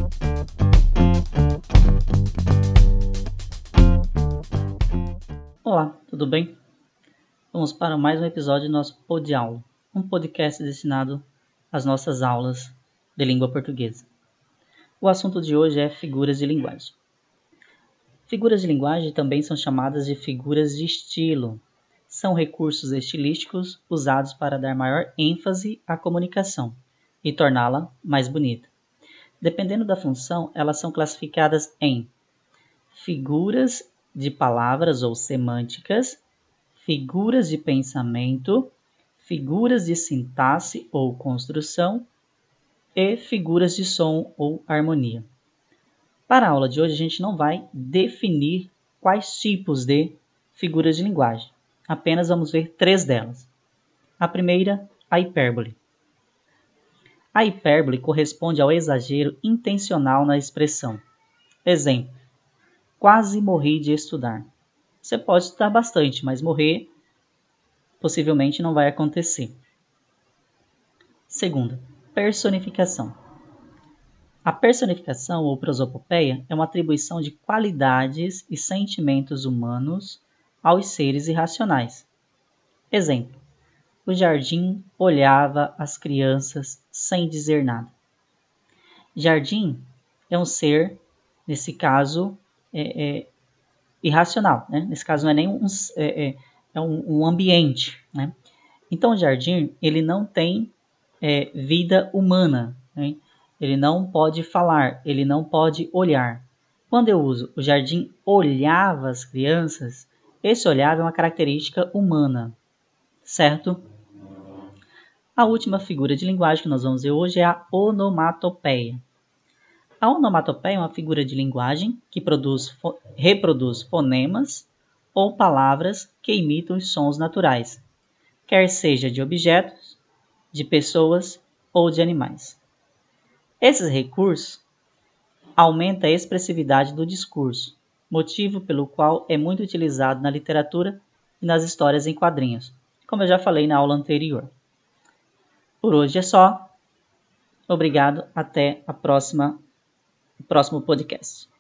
Olá, tudo bem? Vamos para mais um episódio do nosso Pod Aula, um podcast destinado às nossas aulas de língua portuguesa. O assunto de hoje é figuras de linguagem. Figuras de linguagem também são chamadas de figuras de estilo. São recursos estilísticos usados para dar maior ênfase à comunicação e torná-la mais bonita. Dependendo da função, elas são classificadas em figuras de palavras ou semânticas, figuras de pensamento, figuras de sintaxe ou construção e figuras de som ou harmonia. Para a aula de hoje, a gente não vai definir quais tipos de figuras de linguagem. Apenas vamos ver 3 delas. A primeira, a hipérbole. A hipérbole corresponde ao exagero intencional na expressão. Exemplo: quase morri de estudar. Você pode estudar bastante, mas morrer possivelmente não vai acontecer. Segunda, personificação. A personificação ou prosopopeia é uma atribuição de qualidades e sentimentos humanos aos seres irracionais. Exemplo: o jardim olhava as crianças sem dizer nada. Jardim é um ser, nesse caso, irracional, né? Nesse caso não é nem um ambiente, né? Então o jardim ele não tem vida humana, né? Ele não pode falar, ele não pode olhar. Quando eu uso o jardim olhava as crianças, esse olhar é uma característica humana, certo? A última figura de linguagem que nós vamos ver hoje é a onomatopeia. A onomatopeia é uma figura de linguagem que reproduz fonemas ou palavras que imitam os sons naturais, quer seja de objetos, de pessoas ou de animais. Esses recursos aumentam a expressividade do discurso, motivo pelo qual é muito utilizado na literatura e nas histórias em quadrinhos, como eu já falei na aula anterior. Por hoje é só. Obrigado, até o próximo podcast.